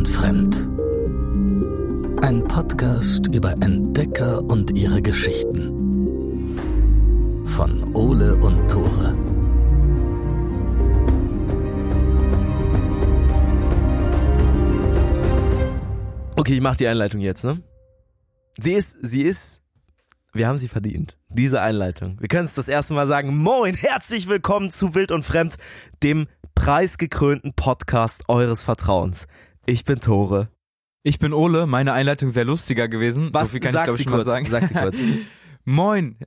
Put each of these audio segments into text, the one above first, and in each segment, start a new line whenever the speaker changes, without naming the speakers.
und Fremd. Ein Podcast über Entdecker und ihre Geschichten. Von Ole und Tore.
Okay, ich mach die Einleitung jetzt, ne? Sie ist, wir haben sie verdient, diese Einleitung. Wir können es das erste Mal sagen. Moin, herzlich willkommen zu Wild und Fremd, dem preisgekrönten Podcast eures Vertrauens. Ich bin Tore.
Ich bin Ole, meine Einleitung wäre lustiger gewesen.
Was?
So viel kann
Sag
ich glaube
sie
ich schon
kurz,
mal sagen.
sag sie kurz.
Moin.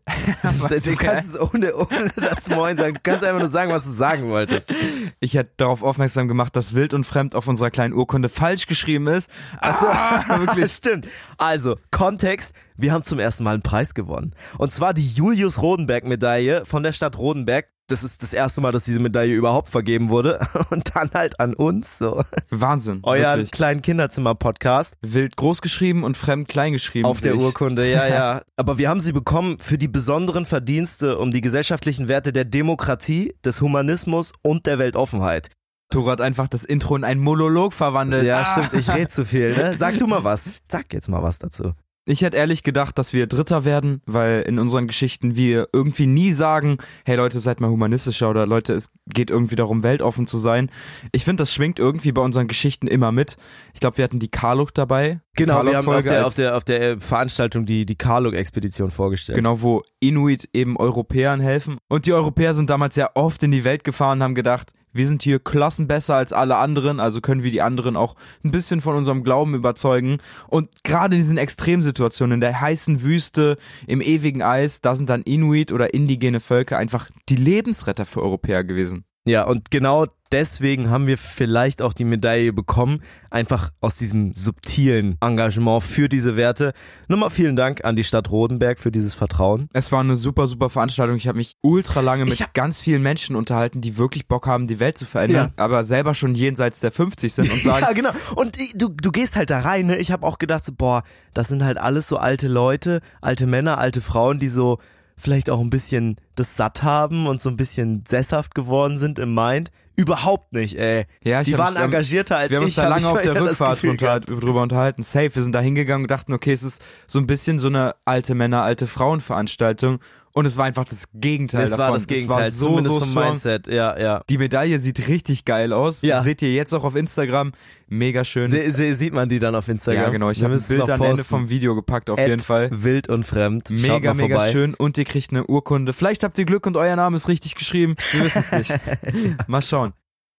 Du kannst es ohne das Moin sagen. Du kannst einfach nur sagen, was du sagen wolltest.
Ich hätte darauf aufmerksam gemacht, dass Wild und Fremd auf unserer kleinen Urkunde falsch geschrieben ist.
Achso, wirklich. Stimmt. Also, Kontext, wir haben zum ersten Mal einen Preis gewonnen. Und zwar die Julius-Rodenberg-Medaille von der Stadt Rodenberg. Das ist das erste Mal, dass diese Medaille überhaupt vergeben wurde. Und dann halt an uns, so.
Wahnsinn.
Euer
wirklich.
kleinen Kinderzimmer-Podcast.
Wild groß geschrieben und Fremd klein geschrieben.
Auf der
sehe ich.
Urkunde, ja. Aber wir haben sie bekommen für die besonderen Verdienste um die gesellschaftlichen Werte der Demokratie, des Humanismus und der Weltoffenheit.
Tore hat einfach das Intro in einen Monolog verwandelt.
Ja, stimmt, ich rede zu viel, ne? Sag du mal was. Sag jetzt mal was dazu.
Ich hätte ehrlich gedacht, dass wir Dritter werden, weil in unseren Geschichten wir irgendwie nie sagen, hey Leute, seid mal humanistischer oder Leute, es geht irgendwie darum, weltoffen zu sein. Ich finde, das schwingt irgendwie bei unseren Geschichten immer mit. Ich glaube, wir hatten die Karluk dabei.
Genau, wir haben
Karluk-Folge
auf der Veranstaltung die Karluk-Expedition vorgestellt.
Genau, wo Inuit eben Europäern helfen. Und die Europäer sind damals ja oft in die Welt gefahren und haben gedacht, wir sind hier Klassen besser als alle anderen, also können wir die anderen auch ein bisschen von unserem Glauben überzeugen. Und gerade in diesen Extremsituationen, in der heißen Wüste, im ewigen Eis, da sind dann Inuit oder indigene Völker einfach die Lebensretter für Europäer gewesen.
Ja, und genau deswegen haben wir vielleicht auch die Medaille bekommen, einfach aus diesem subtilen Engagement für diese Werte. Nochmal vielen Dank an die Stadt Rodenberg für dieses Vertrauen.
Es war eine super, super Veranstaltung. Ich habe mich ultra lange mit ganz vielen Menschen unterhalten, die wirklich Bock haben, die Welt zu verändern, aber selber schon jenseits der 50 sind und sagen...
Ja, genau. Und du gehst halt da rein, ne? Ich habe auch gedacht, so, boah, das sind halt alles so alte Leute, alte Männer, alte Frauen, die so vielleicht auch ein bisschen das satt haben und so ein bisschen sesshaft geworden sind im Mind. Überhaupt nicht, ey.
Ja,
die waren engagierter als ich.
Wir haben uns da lange auf der Rückfahrt drüber unterhalten. Safe, wir sind da hingegangen und dachten, okay, es ist so ein bisschen so eine alte Männer, alte Frauen Veranstaltung. Und es war einfach das Gegenteil davon.
Es war das Gegenteil,
es war
zumindest vom Mindset, ja.
Die Medaille sieht richtig geil aus.
Ja.
Seht ihr jetzt auch auf Instagram. Mega schön.
Sieht man die dann auf Instagram?
Ja, genau. Ich habe ein Bild am Ende vom Video gepackt, auf jeden Fall.
Wild und Fremd.
Mega, mega schön. Und ihr kriegt eine Urkunde. Vielleicht habt ihr Glück und euer Name ist richtig geschrieben. Wir wissen es nicht. Mal schauen.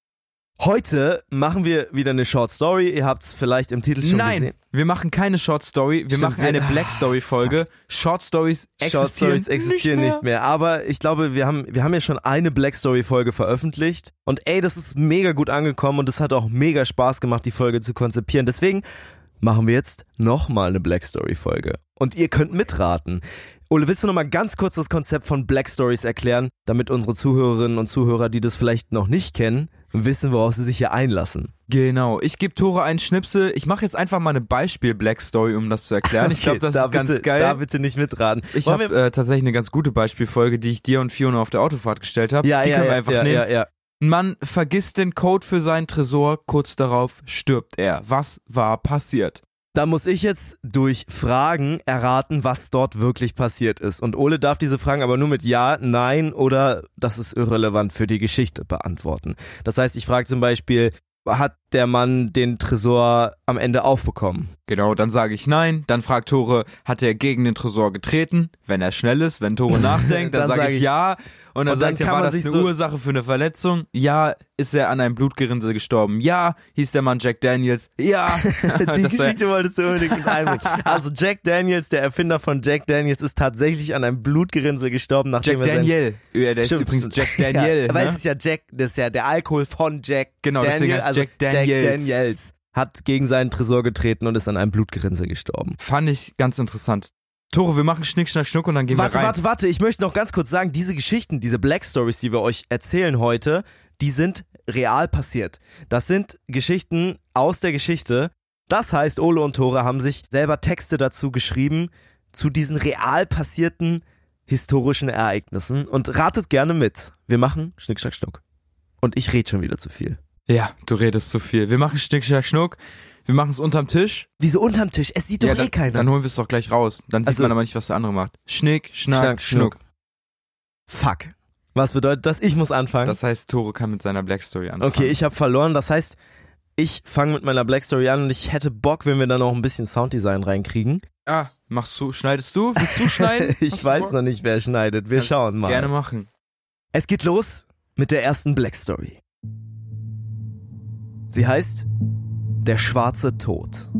Heute machen wir wieder eine Short Story. Ihr habt es vielleicht im Titel schon gesehen.
Nein, wir machen keine Short Story. Wir machen eine Black Story Folge. Short Stories existieren nicht mehr. Aber ich glaube, wir haben ja schon eine Black Story Folge veröffentlicht. Und ey, das ist mega gut angekommen und es hat auch mega Spaß gemacht, die Folge zu konzipieren. Deswegen machen wir jetzt nochmal eine Black Story Folge. Und ihr könnt mitraten. Ole, willst du nochmal ganz kurz das Konzept von Black Stories erklären, damit unsere Zuhörerinnen und Zuhörer, die das vielleicht noch nicht kennen, wissen, worauf sie sich hier einlassen? Genau, ich gebe Tore einen Schnipsel. Ich mache jetzt einfach mal eine Beispiel-Black Story, um das zu erklären. Ich glaube, das ist ganz geil.
Da bitte nicht mitraten.
Ich habe tatsächlich eine ganz gute Beispielfolge, die ich dir und Fiona auf der Autofahrt gestellt habe. Die können wir einfach nehmen.
Ja.
Ein Mann vergisst den Code für seinen Tresor, kurz darauf stirbt er. Was war passiert?
Da muss ich jetzt durch Fragen erraten, was dort wirklich passiert ist. Und Ole darf diese Fragen aber nur mit Ja, Nein oder das ist irrelevant für die Geschichte beantworten. Das heißt, ich frage zum Beispiel, hat der Mann den Tresor am Ende aufbekommen?
Genau, dann sage ich Nein. Dann fragt Tore, hat er gegen den Tresor getreten? Wenn er schnell ist, wenn Tore nachdenkt, dann sage ich Ja. Und dann sagt er, war das eine Ursache für eine Verletzung? Ja. Ist er an einem Blutgerinnsel gestorben? Ja. Hieß der Mann Jack Daniels? Ja.
Die Geschichte wolltest du unbedingt mit einbringen. Also Jack Daniels, der Erfinder von Jack Daniels, ist tatsächlich an einem Blutgerinnsel gestorben, nachdem
Jack Daniel. Ja, der ist übrigens Jack Daniel.
Ja, weil es ist ja Jack, das ist ja der Alkohol von Jack
genau,
Daniel,
also Jack
Daniels hat gegen seinen Tresor getreten und ist an einem Blutgerinnsel gestorben.
Fand ich ganz interessant. Tore, wir machen Schnick, Schnack, Schnuck und dann gehen wir rein.
Warte, ich möchte noch ganz kurz sagen, diese Geschichten, diese Black Stories, die wir euch erzählen heute, die sind real passiert. Das sind Geschichten aus der Geschichte. Das heißt, Ole und Tore haben sich selber Texte dazu geschrieben, zu diesen real passierten historischen Ereignissen und ratet gerne mit. Wir machen Schnick, Schnack, Schnuck. Und ich rede schon wieder zu viel.
Ja, du redest zu viel. Wir machen Schnick, Schnack, Schnuck. Wir machen es unterm Tisch.
Wieso unterm Tisch? Es sieht doch keiner.
Dann holen wir es doch gleich raus. Dann sieht man aber nicht, was der andere macht. Schnick, Schnack, Schnuck.
Fuck. Was bedeutet das? Ich muss anfangen.
Das heißt, Tore kann mit seiner Black Story anfangen.
Okay, ich habe verloren. Das heißt, ich fange mit meiner Black Story an und ich hätte Bock, wenn wir da noch ein bisschen Sounddesign reinkriegen.
Schneidest du? Willst du schneiden?
Ich weiß noch nicht, wer schneidet. Wir schauen mal.
Gerne machen.
Es geht los mit der ersten Black Story. Sie heißt Der schwarze Tod.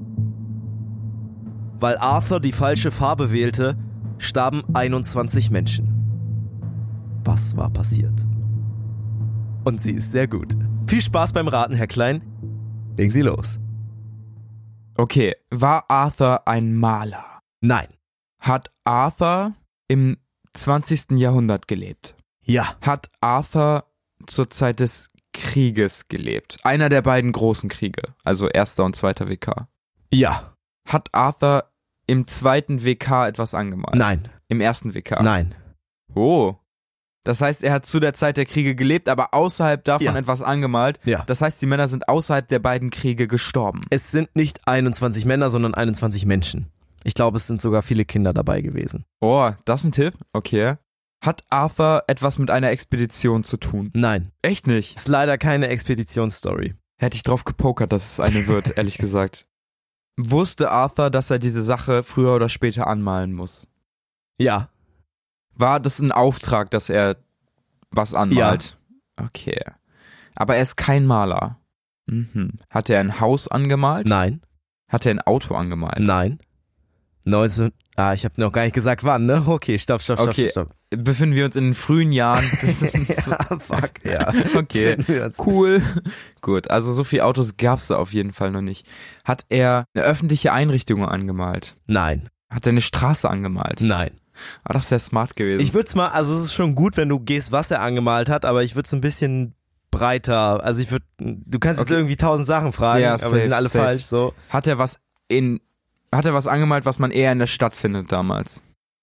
Weil Arthur die falsche Farbe wählte, starben 21 Menschen. Was war passiert? Und sie ist sehr gut. Viel Spaß beim Raten, Herr Klein. Legen Sie los.
Okay, war Arthur ein Maler?
Nein.
Hat Arthur im 20. Jahrhundert gelebt?
Ja.
Hat Arthur zur Zeit des Krieges gelebt? Einer der beiden großen Kriege, also erster und zweiter WK.
Ja.
Hat Arthur im zweiten WK etwas angemalt?
Nein.
Im ersten WK?
Nein.
Oh. Das heißt, er hat zu der Zeit der Kriege gelebt, aber außerhalb davon etwas angemalt.
Ja.
Das heißt, die Männer sind außerhalb der beiden Kriege gestorben.
Es sind nicht 21 Männer, sondern 21 Menschen. Ich glaube, es sind sogar viele Kinder dabei gewesen.
Oh, das ist ein Tipp? Okay. Hat Arthur etwas mit einer Expedition zu tun?
Nein.
Echt nicht?
Ist leider keine Expeditionsstory.
Hätte ich drauf gepokert, dass es eine wird, ehrlich gesagt. Wusste Arthur, dass er diese Sache früher oder später anmalen muss?
Ja.
War das ein Auftrag, dass er was anmalt? Ja. Okay. Aber er ist kein Maler. Hat er ein Haus angemalt?
Nein.
Hat er ein Auto angemalt?
Nein. Ich habe noch gar nicht gesagt wann, ne? Okay, stopp.
Befinden wir uns in den frühen Jahren?
Ja.
Okay, cool. Gut, also so viele Autos gab's da auf jeden Fall noch nicht. Hat er eine öffentliche Einrichtung angemalt?
Nein.
Hat er eine Straße angemalt?
Nein.
Das wäre smart gewesen.
Ich würde es mal, also es ist schon gut, wenn du gehst, was er angemalt hat, aber ich würde es ein bisschen breiter, also du kannst jetzt irgendwie 1000 Sachen fragen, aber die sind alle falsch, so.
Hat er was angemalt, was man eher in der Stadt findet damals?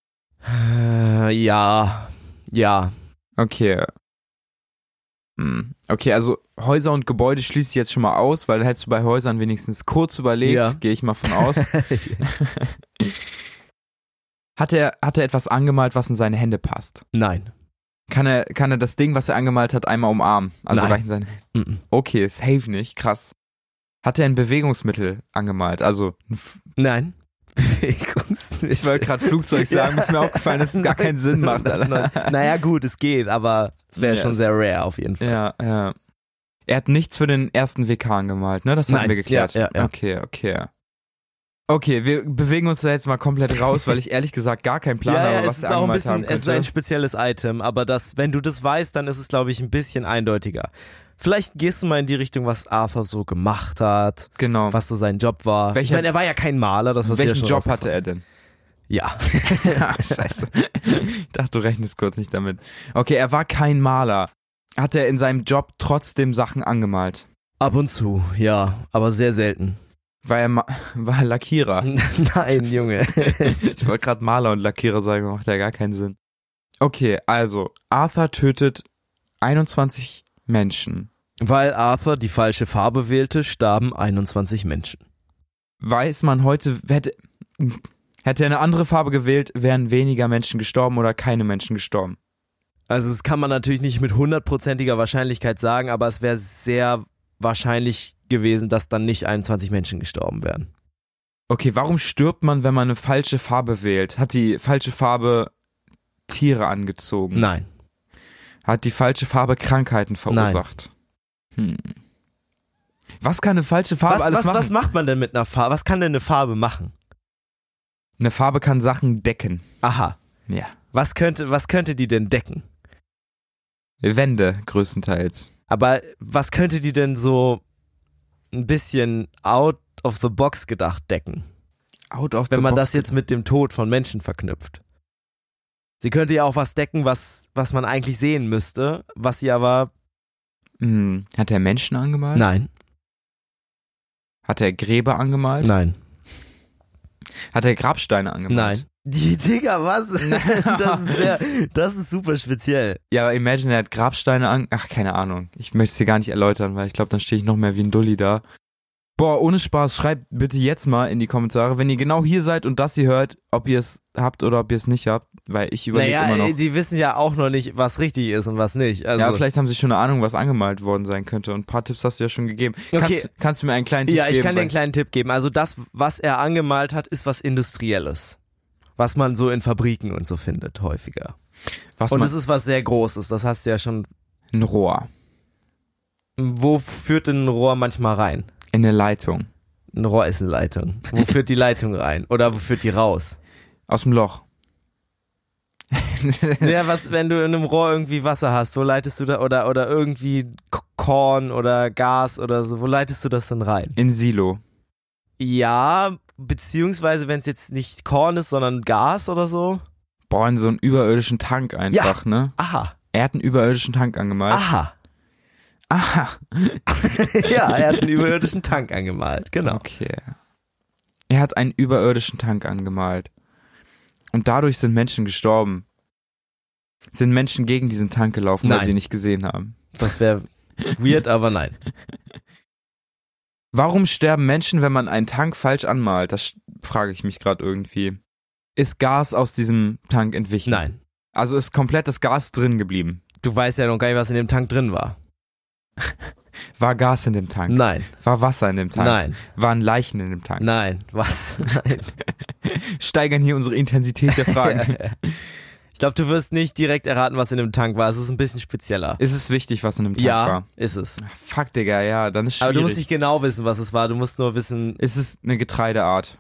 Ja.
Okay. Okay, also Häuser und Gebäude schließe ich jetzt schon mal aus, weil da hättest du bei Häusern wenigstens kurz überlegt, gehe ich mal von aus. Hat er etwas angemalt, was in seine Hände passt?
Nein.
Kann er das Ding, was er angemalt hat, einmal umarmen? Also
Nein.
reichen seine. Okay, safe nicht, krass. Hat er ein Bewegungsmittel angemalt? Also
Nein. Bewegungsmittel.
Ich wollte gerade Flugzeug sagen, ist mir aufgefallen, dass es gar keinen Sinn macht.
Naja gut, es geht, aber es wäre schon sehr rare auf jeden Fall.
Ja. Er hat nichts für den ersten WK angemalt, ne? Das haben wir geklärt.
Ja.
Okay, wir bewegen uns da jetzt mal komplett raus, weil ich ehrlich gesagt gar keinen Plan habe, was er angemalt haben könnte.
Es ist ein spezielles Item, aber wenn du das weißt, dann ist es, glaube ich, ein bisschen eindeutiger. Vielleicht gehst du mal in die Richtung, was Arthur so gemacht hat,
genau,
was so sein Job war. Ich meine, er war ja kein Maler.
Welchen Job hatte er denn?
Ja.
Scheiße. Ich dachte, du rechnest kurz nicht damit. Okay, er war kein Maler. Hat er in seinem Job trotzdem Sachen angemalt?
Ab und zu, ja, aber sehr selten.
War er Lackierer?
Nein, Junge.
Ich wollte gerade Maler und Lackierer sagen, macht ja gar keinen Sinn. Okay, also Arthur tötet 21 Menschen.
Weil Arthur die falsche Farbe wählte, starben 21 Menschen.
Weiß man heute, hätte er eine andere Farbe gewählt, wären weniger Menschen gestorben oder keine Menschen gestorben?
Also das kann man natürlich nicht mit 100%iger Wahrscheinlichkeit sagen, aber es wäre sehr wahrscheinlich gewesen, dass dann nicht 21 Menschen gestorben wären.
Okay, warum stirbt man, wenn man eine falsche Farbe wählt? Hat die falsche Farbe Tiere angezogen?
Nein.
Hat die falsche Farbe Krankheiten verursacht? Nein. Was kann eine falsche Farbe alles machen?
Was macht man denn mit einer Farbe? Was kann denn eine Farbe machen?
Eine Farbe kann Sachen decken.
Aha.
Ja.
Was könnte die denn decken?
Wände größtenteils.
Aber was könnte die denn so ein bisschen out of the box gedacht decken? Wenn man das jetzt mit dem Tod von Menschen verknüpft. Sie könnte ja auch was decken, was man eigentlich sehen müsste, was sie aber...
Hat er Menschen angemalt?
Nein.
Hat er Gräber angemalt?
Nein.
Hat er Grabsteine angemalt?
Nein. Digga, was? Das ist super speziell.
Ja, aber imagine, er hat Grabsteine keine Ahnung. Ich möchte es hier gar nicht erläutern, weil ich glaube, dann stehe ich noch mehr wie ein Dulli da. Boah, ohne Spaß, schreibt bitte jetzt mal in die Kommentare, wenn ihr genau hier seid und das hier hört, ob ihr es habt oder ob ihr es nicht habt, weil ich überlege immer noch.
Die wissen ja auch noch nicht, was richtig ist und was nicht. Also
ja, vielleicht haben sie schon eine Ahnung, was angemalt worden sein könnte und ein paar Tipps hast du ja schon gegeben.
Okay.
Kannst du mir einen kleinen Tipp geben?
Ja, ich kann dir einen kleinen Tipp geben. Also das, was er angemalt hat, ist was Industrielles. Was man so in Fabriken und so findet, häufiger. Und es ist was sehr Großes, das hast du ja schon.
Ein Rohr.
Wo führt denn ein Rohr manchmal rein?
In eine Leitung.
Ein Rohr ist eine Leitung. Wo führt die Leitung rein? Oder wo führt die raus?
Aus dem Loch.
Ja, wenn du in einem Rohr irgendwie Wasser hast, wo leitest du da, oder irgendwie Korn oder Gas oder so, wo leitest du das denn rein?
In Silo.
Ja, beziehungsweise wenn es jetzt nicht Korn ist, sondern Gas oder so.
Boah, in so einen überirdischen Tank einfach, ne?
Aha.
Er hat einen überirdischen Tank angemalt.
Aha. Ja, er hat einen überirdischen Tank angemalt, genau.
Okay. Er hat einen überirdischen Tank angemalt. Und dadurch sind Menschen gestorben. Sind Menschen gegen diesen Tank gelaufen, weil sie ihn nicht gesehen haben.
Das wäre weird, aber nein.
Warum sterben Menschen, wenn man einen Tank falsch anmalt? Das frage ich mich gerade irgendwie. Ist Gas aus diesem Tank entwichen?
Nein.
Also ist komplett das Gas drin geblieben?
Du weißt ja noch gar nicht, was in dem Tank drin war.
War Gas in dem Tank?
Nein.
War Wasser in dem Tank?
Nein.
Waren Leichen in dem Tank?
Nein. Was? Nein.
Steigern hier unsere Intensität der Fragen.
Ich glaube, du wirst nicht direkt erraten, was in dem Tank war. Es ist ein bisschen spezieller.
Ist es wichtig, was in dem Tank war?
Ja, ist es.
Fuck, Digga, ja, dann ist schwierig.
Aber du musst nicht genau wissen, was es war. Du musst nur wissen...
Ist es eine Getreideart?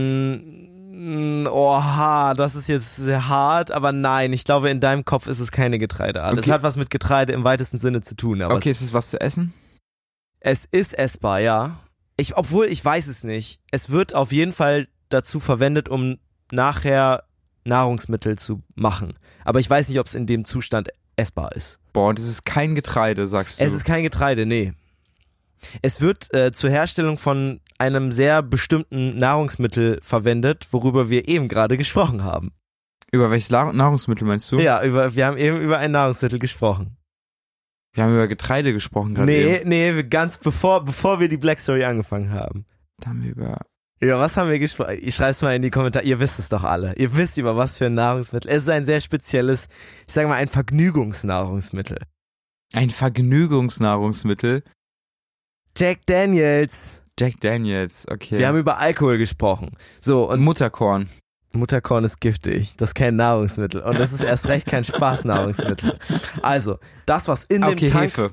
Oha, das ist jetzt sehr hart, aber nein, ich glaube, in deinem Kopf ist es keine Getreideart. Okay. Es hat was mit Getreide im weitesten Sinne zu tun. Aber
okay, ist es was zu essen?
Es ist essbar, ja. Obwohl, ich weiß es nicht. Es wird auf jeden Fall dazu verwendet, um nachher Nahrungsmittel zu machen. Aber ich weiß nicht, ob es in dem Zustand essbar ist.
Boah, und es ist kein Getreide, sagst du?
Es ist kein Getreide, nee. Es wird zur Herstellung von einem sehr bestimmten Nahrungsmittel verwendet, worüber wir eben gerade gesprochen haben.
Über welches Nahrungsmittel meinst du?
Ja, wir haben eben über ein Nahrungsmittel gesprochen.
Wir haben über Getreide gesprochen gerade eben.
Nee, ganz bevor wir die Black Story angefangen haben.
Da haben wir über...
Ja, was haben wir gesprochen? Ich schreib's mal in die Kommentare. Ihr wisst es doch alle. Ihr wisst über was für ein Nahrungsmittel. Es ist ein sehr spezielles, ich sage mal, ein Vergnügungsnahrungsmittel.
Ein Vergnügungsnahrungsmittel?
Jack Daniels.
Jack Daniels, okay.
Wir haben über Alkohol gesprochen. So, und
Mutterkorn.
Mutterkorn ist giftig. Das ist kein Nahrungsmittel. Und das ist erst recht kein Spaßnahrungsmittel. Also, das, was in dem Tank...
Hefe.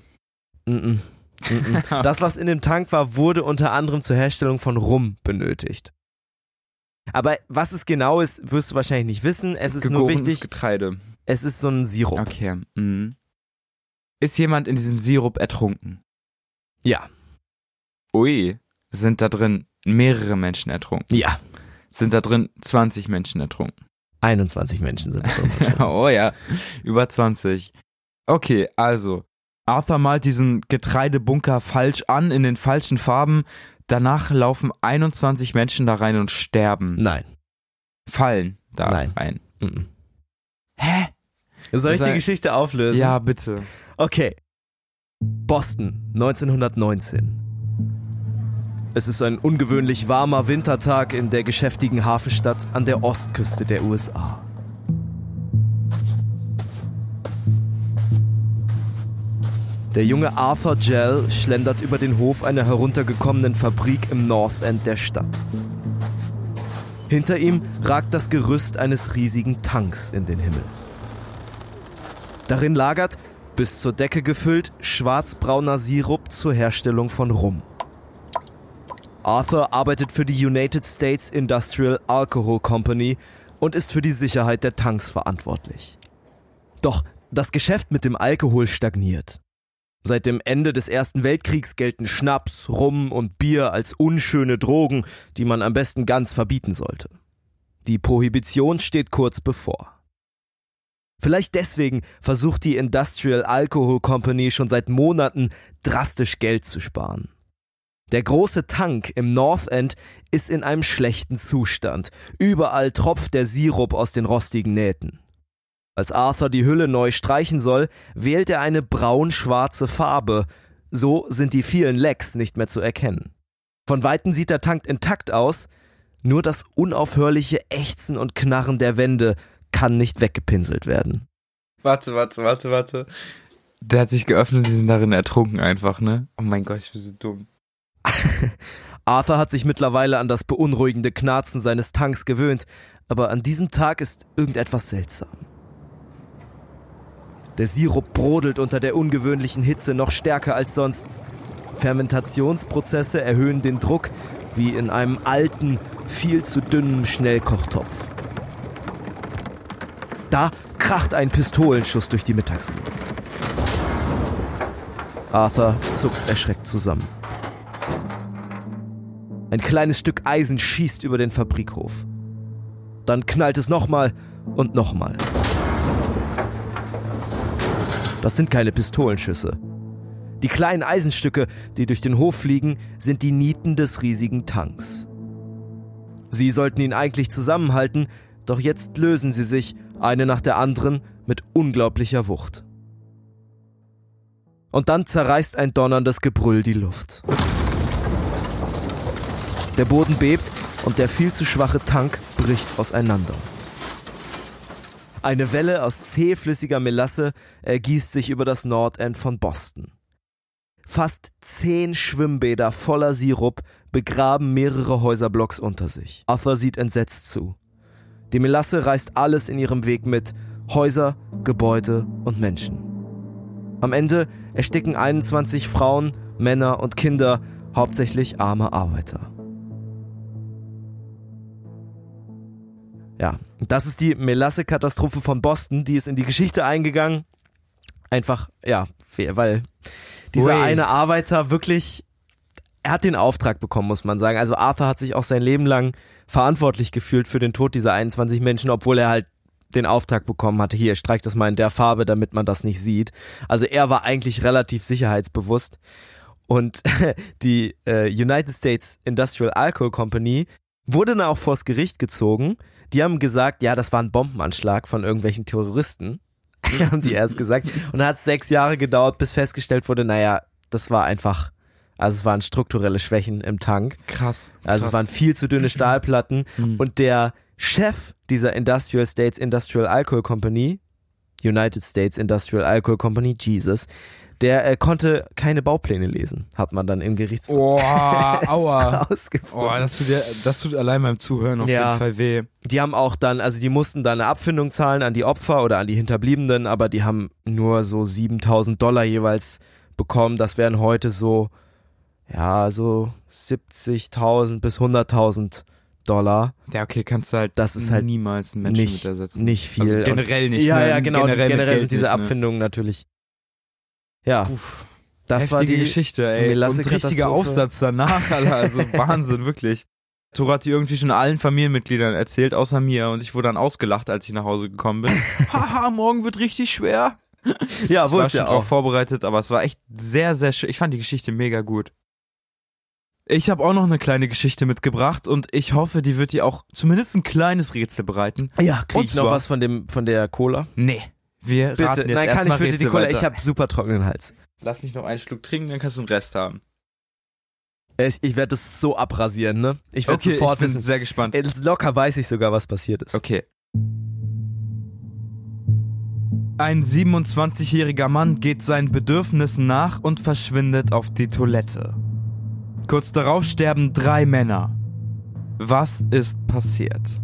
Das, was in dem Tank war, wurde unter anderem zur Herstellung von Rum benötigt. Aber was es genau ist, wirst du wahrscheinlich nicht wissen. Es ist nur wichtig...
Getreide.
Es ist so ein Sirup.
Okay. Mhm. Ist jemand in diesem Sirup ertrunken?
Ja.
Ui. Sind da drin mehrere Menschen ertrunken?
Ja.
Sind da drin 20 Menschen ertrunken?
21 Menschen sind ertrunken.
Oh ja, über 20. Okay, also, Arthur malt diesen Getreidebunker falsch an, in den falschen Farben. Danach laufen 21 Menschen da rein und sterben.
Nein.
Fallen da rein. Hä?
Soll ich die Geschichte auflösen?
Ja, bitte.
Okay. Boston, 1919. Es ist ein ungewöhnlich warmer Wintertag in der geschäftigen Hafenstadt an der Ostküste der USA. Der junge Arthur Gell schlendert über den Hof einer heruntergekommenen Fabrik im North End der Stadt. Hinter ihm ragt das Gerüst eines riesigen Tanks in den Himmel. Darin lagert, bis zur Decke gefüllt, schwarzbrauner Sirup zur Herstellung von Rum. Arthur arbeitet für die United States Industrial Alcohol Company und ist für die Sicherheit der Tanks verantwortlich. Doch das Geschäft mit dem Alkohol stagniert. Seit dem Ende des Ersten Weltkriegs gelten Schnaps, Rum und Bier als unschöne Drogen, die man am besten ganz verbieten sollte. Die Prohibition steht kurz bevor. Vielleicht deswegen versucht die Industrial Alcohol Company schon seit Monaten drastisch Geld zu sparen. Der große Tank im North End ist in einem schlechten Zustand. Überall tropft der Sirup aus den rostigen Nähten. Als Arthur die Hülle neu streichen soll, wählt er eine braun-schwarze Farbe. So sind die vielen Lecks nicht mehr zu erkennen. Von Weitem sieht der Tank intakt aus, nur das unaufhörliche Ächzen und Knarren der Wände kann nicht weggepinselt werden.
Warte. Der hat sich geöffnet, die sind darin ertrunken einfach, ne? Oh mein Gott, ich bin so dumm.
Arthur hat sich mittlerweile an das beunruhigende Knarzen seines Tanks gewöhnt, aber an diesem Tag ist irgendetwas seltsam. Der Sirup brodelt unter der ungewöhnlichen Hitze noch stärker als sonst. Fermentationsprozesse erhöhen den Druck wie in einem alten, viel zu dünnen Schnellkochtopf. Da kracht ein Pistolenschuss durch die Mittagsruhe. Arthur zuckt erschreckt zusammen. Ein kleines Stück Eisen schießt über den Fabrikhof. Dann knallt es nochmal und nochmal. Das sind keine Pistolenschüsse. Die kleinen Eisenstücke, die durch den Hof fliegen, sind die Nieten des riesigen Tanks. Sie sollten ihn eigentlich zusammenhalten, doch jetzt lösen sie sich, eine nach der anderen, mit unglaublicher Wucht. Und dann zerreißt ein donnerndes Gebrüll die Luft. Der Boden bebt und der viel zu schwache Tank bricht auseinander. Eine Welle aus zähflüssiger Melasse ergießt sich über das Nordend von Boston. Fast 10 Schwimmbäder voller Sirup begraben mehrere Häuserblocks unter sich. Arthur sieht entsetzt zu. Die Melasse reißt alles in ihrem Weg mit: Häuser, Gebäude und Menschen. Am Ende ersticken 21 Frauen, Männer und Kinder, hauptsächlich arme Arbeiter. Ja, das ist die Melasse-Katastrophe von Boston, die ist in die Geschichte eingegangen. Einfach, ja, weil dieser eine Arbeiter wirklich, er hat den Auftrag bekommen, muss man sagen. Also Arthur hat sich auch sein Leben lang verantwortlich gefühlt für den Tod dieser 21 Menschen, obwohl er halt den Auftrag bekommen hatte, hier, streich das mal in der Farbe, damit man das nicht sieht. Also er war eigentlich relativ sicherheitsbewusst. Und die United States Industrial Alcohol Company wurde dann auch vors Gericht gezogen. Die haben gesagt, ja, das war ein Bombenanschlag von irgendwelchen Terroristen, haben die erst gesagt. Und dann hat es 6 Jahre gedauert, bis festgestellt wurde, naja, das war einfach, also es waren strukturelle Schwächen im Tank.
Krass.
Also es waren viel zu dünne Stahlplatten. Und der Chef dieser Industrial States Industrial Alcohol Company, United States Industrial Alcohol Company, Jesus, der konnte keine Baupläne lesen, hat man dann im Gerichtsprozess rausgefunden.
Das tut allein beim Zuhören auf jeden Fall weh.
Die haben auch dann, also die mussten dann eine Abfindung zahlen an die Opfer oder an die Hinterbliebenen, aber die haben nur so $7.000 jeweils bekommen. Das wären heute so 70.000 bis $100.000.
Ja, okay, kannst du halt,
das ist halt
niemals einen Menschen mit ersetzen.
Nicht viel.
Also generell nicht.
Ja, genau, generell sind diese
nicht,
Abfindungen natürlich. Ja, das
heftige
war die
Geschichte, ey. Und richtiger Aufsatz danach, Alter. Also Wahnsinn, wirklich. Tore hat die irgendwie schon allen Familienmitgliedern erzählt, außer mir. Und ich wurde dann ausgelacht, als ich nach Hause gekommen bin. Haha, morgen wird richtig schwer.
Ja,
ich war schon drauf vorbereitet, aber es war echt sehr, sehr schön. Ich fand die Geschichte mega gut. Ich habe auch noch eine kleine Geschichte mitgebracht und ich hoffe, die wird dir auch zumindest ein kleines Rätsel bereiten.
Ja, krieg ich noch was von der Cola?
Nee. Wir
bitte,
raten jetzt
nein, kann ich bitte
Rätsel
die Cola?
weiter.
Ich habe super trockenen Hals.
Lass mich noch einen Schluck trinken, dann kannst du den Rest haben.
Ich werde das so abrasieren, ne? Ich werde sofort
ich bin
wissen.
sehr gespannt.
Locker weiß ich sogar, was passiert ist.
Okay. Ein 27-jähriger Mann geht seinen Bedürfnissen nach und verschwindet auf die Toilette. Kurz darauf sterben 3 Männer. Was ist passiert?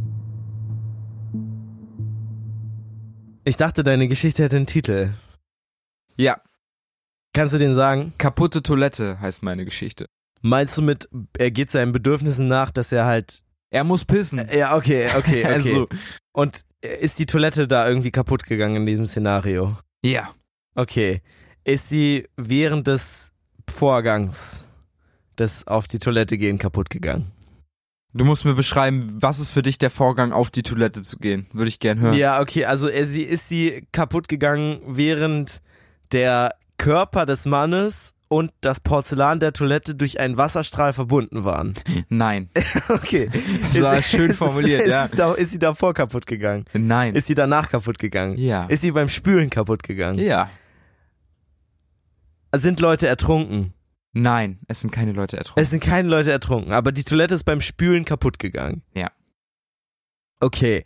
Ich dachte, deine Geschichte hätte einen Titel.
Ja.
Kannst du den sagen?
Kaputte Toilette heißt meine Geschichte.
Meinst du mit, er geht seinen Bedürfnissen nach, dass er halt...
Er muss pissen.
Ja, okay.
Also.
Und ist die Toilette da irgendwie kaputt gegangen in diesem Szenario?
Ja.
Okay. Ist sie während des Vorgangs des auf die Toilette gehen kaputt gegangen?
Du musst mir beschreiben, was ist für dich der Vorgang, auf die Toilette zu gehen? Würde ich gern hören.
Ja, okay, also ist sie kaputt gegangen, während der Körper des Mannes und das Porzellan der Toilette durch einen Wasserstrahl verbunden waren?
Nein.
Okay.
Das war schön formuliert, ja.
Ist sie davor kaputt gegangen?
Nein.
Ist sie danach kaputt gegangen?
Ja.
Ist sie beim Spülen kaputt gegangen?
Ja.
Sind Leute ertrunken?
Nein, es sind keine Leute ertrunken.
Es sind keine Leute ertrunken, aber die Toilette ist beim Spülen kaputt gegangen.
Ja.
Okay,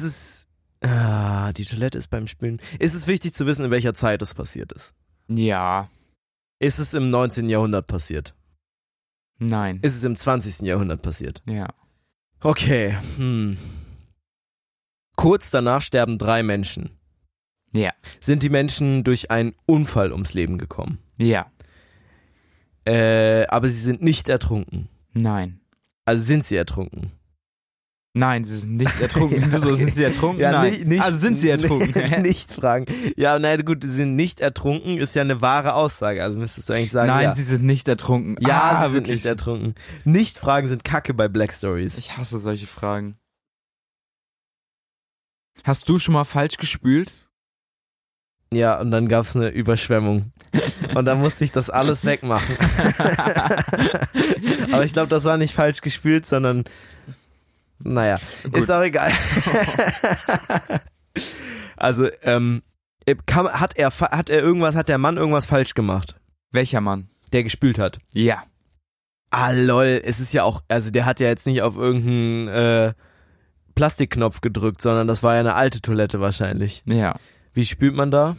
die Toilette ist beim Spülen. Ist es wichtig zu wissen, in welcher Zeit das passiert ist?
Ja.
Ist es im 19. Jahrhundert passiert?
Nein.
Ist es im 20. Jahrhundert passiert?
Ja.
Okay, Kurz danach sterben 3 Menschen.
Ja.
Sind die Menschen durch einen Unfall ums Leben gekommen?
Ja.
Aber sie sind nicht ertrunken.
Nein.
Also sind sie ertrunken?
Nein, sie sind nicht ertrunken.
Okay,
So, sind sie ertrunken?
Ja,
Nein.
nicht,
also sind sie ertrunken?
Nicht fragen. Ja, nein, gut, sie sind nicht ertrunken, ist ja eine wahre Aussage. Also müsstest du eigentlich sagen,
Nein,
ja.
sie sind nicht ertrunken.
Ja, sie sind
wirklich.
nicht ertrunken. Nicht fragen sind Kacke bei Black Stories.
Ich hasse solche Fragen. Hast du schon mal falsch gespült?
Ja, und dann gab's eine Überschwemmung. Und dann musste ich das alles wegmachen. Aber ich glaube, das war nicht falsch gespült, sondern naja,
Gut.
ist auch egal. Also, hat der Mann irgendwas falsch gemacht,
Welcher Mann?
der gespült hat?
Ja.
Ah, lol, es ist ja auch, also der hat ja jetzt nicht auf irgendeinen Plastikknopf gedrückt, sondern das war ja eine alte Toilette wahrscheinlich.
Ja.
Wie spült man da?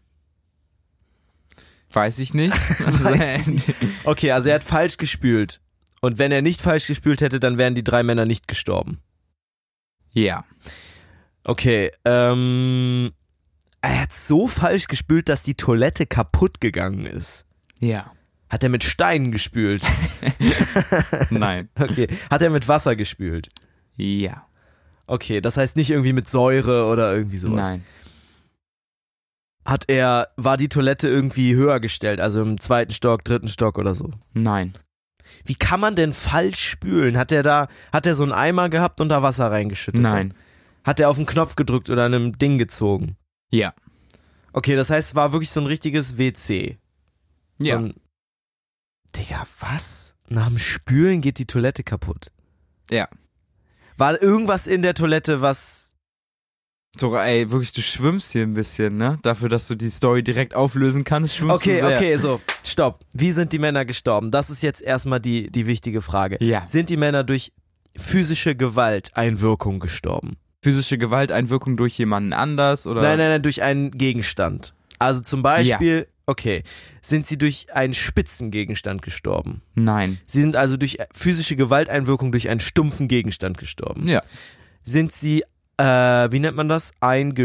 Weiß ich nicht.
Okay, also er hat falsch gespült. Und wenn er nicht falsch gespült hätte, dann wären die 3 Männer nicht gestorben.
Ja.
Okay, er hat so falsch gespült, dass die Toilette kaputt gegangen ist.
Ja.
Hat er mit Steinen gespült?
Nein.
Okay, hat er mit Wasser gespült?
Ja.
Okay, das heißt nicht irgendwie mit Säure oder irgendwie sowas.
Nein.
War die Toilette irgendwie höher gestellt, also im 2. Stock, 3. Stock oder so?
Nein.
Wie kann man denn falsch spülen? Hat er so einen Eimer gehabt und da Wasser reingeschüttet?
Nein.
Hat er auf den Knopf gedrückt oder an einem Ding gezogen?
Ja.
Okay, das heißt, es war wirklich so ein richtiges WC.
Ja.
So Digga, was? Nach dem Spülen geht die Toilette kaputt.
Ja.
War irgendwas in der Toilette, was...
Tora, ey, wirklich, du schwimmst hier ein bisschen, ne? Dafür, dass du die Story direkt auflösen kannst, schwimmst du sehr.
Okay, so, stopp. Wie sind die Männer gestorben? Das ist jetzt erstmal die wichtige Frage.
Ja.
Sind die Männer durch physische Gewalteinwirkung gestorben?
Physische Gewalteinwirkung durch jemanden anders, oder?
Nein, durch einen Gegenstand. Also zum Beispiel, okay, sind sie durch einen spitzen Gegenstand gestorben?
Nein.
Sie sind also durch physische Gewalteinwirkung durch einen stumpfen Gegenstand gestorben?
Ja.
Sind sie, wie nennt man das?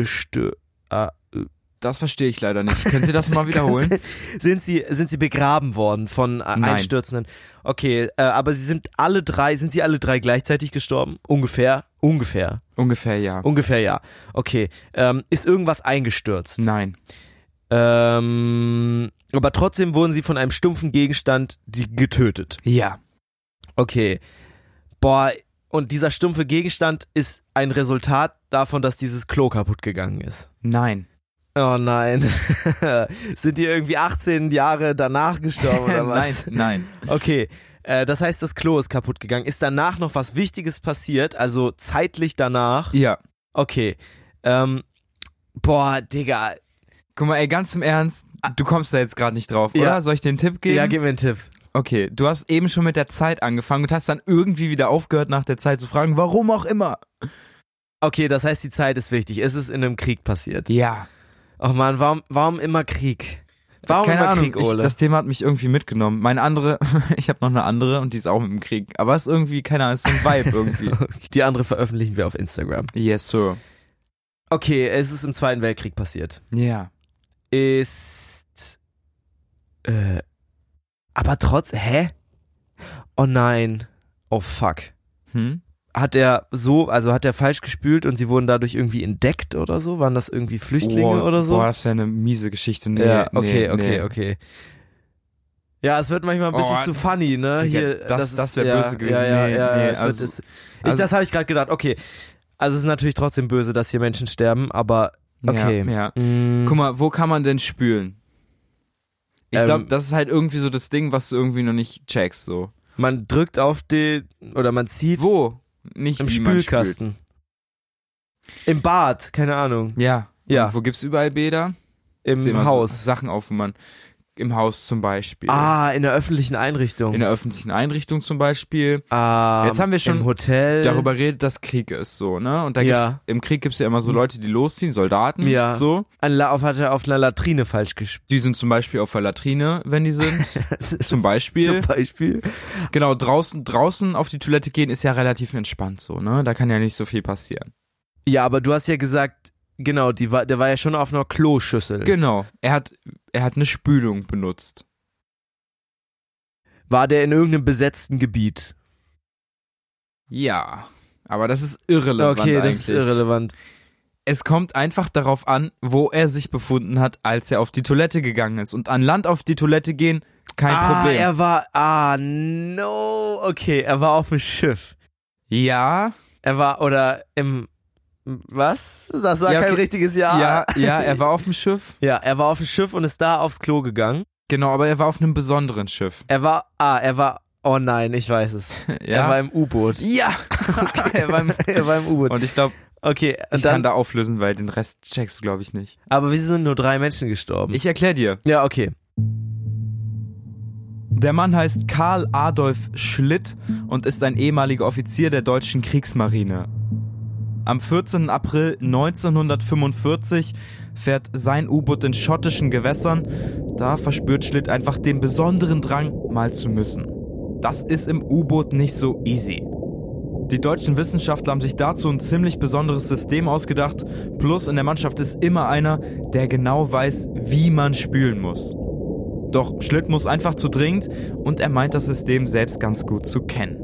Das verstehe ich leider nicht. Können Sie das mal wiederholen?
Sind sie begraben worden von einstürzenden? Okay, aber sind sie alle drei gleichzeitig gestorben? Ungefähr, ja. Ungefähr, ja. Okay, ist irgendwas eingestürzt?
Nein.
Aber trotzdem wurden sie von einem stumpfen Gegenstand getötet.
Ja.
Okay. Boah, und dieser stumpfe Gegenstand ist ein Resultat davon, dass dieses Klo kaputt gegangen ist.
Nein.
Oh nein. Sind die irgendwie 18 Jahre danach gestorben oder was?
Nein.
Okay, das heißt, das Klo ist kaputt gegangen. Ist danach noch was Wichtiges passiert? Also zeitlich danach?
Ja.
Okay. Boah, Digga.
Guck mal, ey, ganz im Ernst, du kommst da jetzt gerade nicht drauf, oder?
Ja.
Soll ich dir einen Tipp geben?
Ja, gib mir einen Tipp.
Okay, du hast eben schon mit der Zeit angefangen und hast dann irgendwie wieder aufgehört, nach der Zeit zu fragen, warum auch immer.
Okay, das heißt, die Zeit ist wichtig. Ist es in einem Krieg passiert?
Ja.
Oh Mann, warum immer Krieg? Warum
Keine
immer
Ahnung,
Krieg, Ole?
das Thema hat mich irgendwie mitgenommen. ich habe noch eine andere und die ist auch mit dem Krieg. Aber es ist irgendwie, keine Ahnung, ist so ein Vibe irgendwie.
Die andere veröffentlichen wir auf Instagram.
Yes, sir.
Okay, es ist im 2. Weltkrieg passiert.
Ja.
Aber Oh nein. Oh fuck. Hat er falsch gespült und sie wurden dadurch irgendwie entdeckt oder so? Waren das irgendwie Flüchtlinge oder so?
Boah, das wäre eine miese Geschichte. Nee,
ja,
nee.
okay. Ja, es wird manchmal ein bisschen zu funny, ne? Hier,
das wäre böse gewesen.
Das habe ich gerade gedacht. Okay, also es ist natürlich trotzdem böse, dass hier Menschen sterben, aber okay.
Ja. Guck mal, wo kann man denn spülen? Ich glaube, das ist halt irgendwie so das Ding, was du irgendwie noch nicht checkst, so.
Man drückt oder man zieht.
Wo? Nicht
im
wie man
Spülkasten. Im Bad, keine Ahnung.
Ja.
Ja.
Und wo gibt's überall Bäder?
Im Haus.
So Sachen auf, wo man im Haus zum Beispiel.
In der öffentlichen Einrichtung.
In der öffentlichen Einrichtung zum Beispiel. Jetzt haben wir schon
im Hotel.
darüber geredet, dass Krieg ist, so, ne? Und da im Krieg gibt's ja immer so Leute, die losziehen, Soldaten, so.
Hat er auf einer Latrine falsch gespielt.
Die sind zum Beispiel auf der Latrine, wenn die sind. Zum Beispiel. Genau, draußen auf die Toilette gehen ist ja relativ entspannt, so, ne? Da kann ja nicht so viel passieren.
Ja, aber du hast ja gesagt, genau, der war ja schon auf einer Kloschüssel.
Genau, er hat eine Spülung benutzt.
War der in irgendeinem besetzten Gebiet?
Ja, aber das ist irrelevant
eigentlich.
Okay,
das ist irrelevant.
Es kommt einfach darauf an, wo er sich befunden hat, als er auf die Toilette gegangen ist. Und an Land auf die Toilette gehen, kein Problem.
Er war auf dem Schiff.
Ja.
Er war, oder im... Was? Das war kein richtiges Jahr.
Ja, er war auf dem Schiff.
Ja, er war auf dem Schiff und ist da aufs Klo gegangen.
Genau, aber er war auf einem besonderen Schiff.
Oh nein, ich weiß es.
Ja?
Er war im U-Boot.
Ja!
Okay, er war im U-Boot.
Und ich glaube,
ich
kann da auflösen, weil den Rest checkst du, glaube ich, nicht.
Aber wieso sind nur 3 Menschen gestorben?
Ich erkläre dir.
Ja, okay.
Der Mann heißt Karl Adolf Schlitt und ist ein ehemaliger Offizier der deutschen Kriegsmarine. Am 14. April 1945 fährt sein U-Boot in schottischen Gewässern. Da verspürt Schlitt einfach den besonderen Drang, mal zu müssen. Das ist im U-Boot nicht so easy. Die deutschen Wissenschaftler haben sich dazu ein ziemlich besonderes System ausgedacht. Plus in der Mannschaft ist immer einer, der genau weiß, wie man spülen muss. Doch Schlitt muss einfach zu dringend und er meint das System selbst ganz gut zu kennen.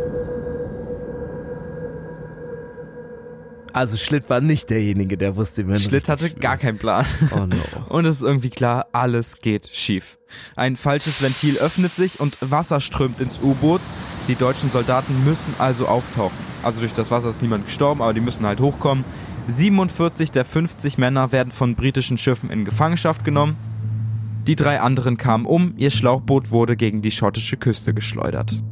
Also Schlitt war nicht derjenige, der wusste, wie man
Schlitt hatte gar keinen Plan.
Oh no.
Und es ist irgendwie klar, alles geht schief. Ein falsches Ventil öffnet sich und Wasser strömt ins U-Boot. Die deutschen Soldaten müssen also auftauchen. Also durch das Wasser ist niemand gestorben, aber die müssen halt hochkommen. 47 der 50 Männer werden von britischen Schiffen in Gefangenschaft genommen. Die 3 anderen kamen um, ihr Schlauchboot wurde gegen die schottische Küste geschleudert.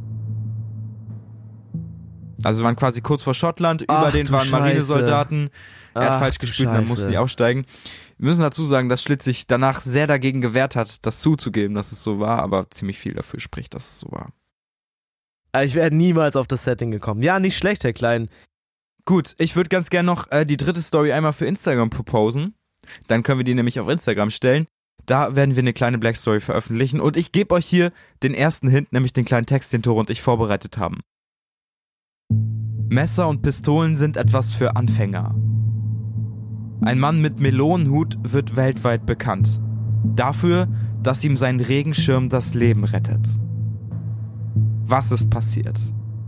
Also waren quasi kurz vor Schottland, über den waren Marinesoldaten. Er hat falsch gespült, dann mussten die aussteigen. Wir müssen dazu sagen, dass Schlitt sich danach sehr dagegen gewehrt hat, das zuzugeben, dass es so war, aber ziemlich viel dafür spricht, dass es so war.
Ich wäre niemals auf das Setting gekommen. Ja, nicht schlecht, Herr Klein.
Gut, ich würde ganz gerne noch die dritte Story einmal für Instagram proposen. Dann können wir die nämlich auf Instagram stellen. Da werden wir eine kleine Black Story veröffentlichen und ich gebe euch hier den ersten Hint, nämlich den kleinen Text, den Tore und ich vorbereitet haben. Messer und Pistolen sind etwas für Anfänger. Ein Mann mit Melonenhut wird weltweit bekannt. Dafür, dass ihm sein Regenschirm das Leben rettet. Was ist passiert?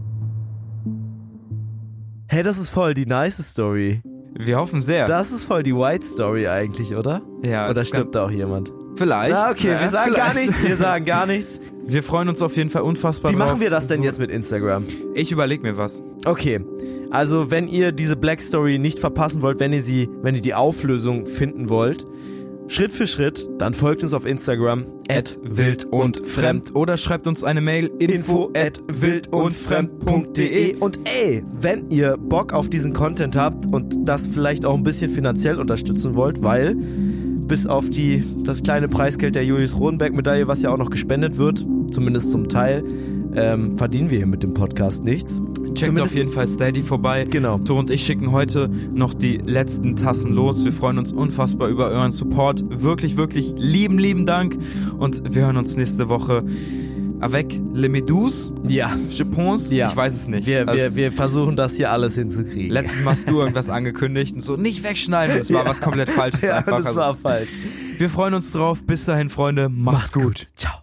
Hey, das ist voll die nice Story.
Wir hoffen sehr.
Das ist voll die White Story eigentlich, oder?
Ja.
Oder stirbt da auch jemand?
Vielleicht.
Okay, wir sagen gar nichts. Wir sagen gar nichts.
Wir freuen uns auf jeden Fall unfassbar
drauf. Wie machen wir das denn
so
jetzt mit Instagram?
Ich überlege mir was.
Okay, also wenn ihr diese Black Story nicht verpassen wollt, wenn ihr die Auflösung finden wollt, Schritt für Schritt, dann folgt uns auf Instagram @wildundfremd
oder schreibt uns eine Mail
info@wildundfremd.de. Und wenn ihr Bock auf diesen Content habt und das vielleicht auch ein bisschen finanziell unterstützen wollt, weil bis auf das kleine Preisgeld der Julius-Rodenberg-Medaille, was ja auch noch gespendet wird, zumindest zum Teil, verdienen wir hier mit dem Podcast nichts.
Checkt auf jeden Fall Steady vorbei.
Genau.
Tor und ich schicken heute noch die letzten Tassen los. Wir freuen uns unfassbar über euren Support. Wirklich, wirklich lieben Dank. Und wir hören uns nächste Woche. Avec les Méduses?
Ja.
Je pense?
Ja.
Ich weiß es nicht.
Wir versuchen das hier alles hinzukriegen.
Letztes Mal hast du irgendwas angekündigt und so, nicht wegschneiden. Das war was komplett Falsches einfach.
Das war falsch.
Wir freuen uns drauf. Bis dahin, Freunde. Macht's gut.
Ciao.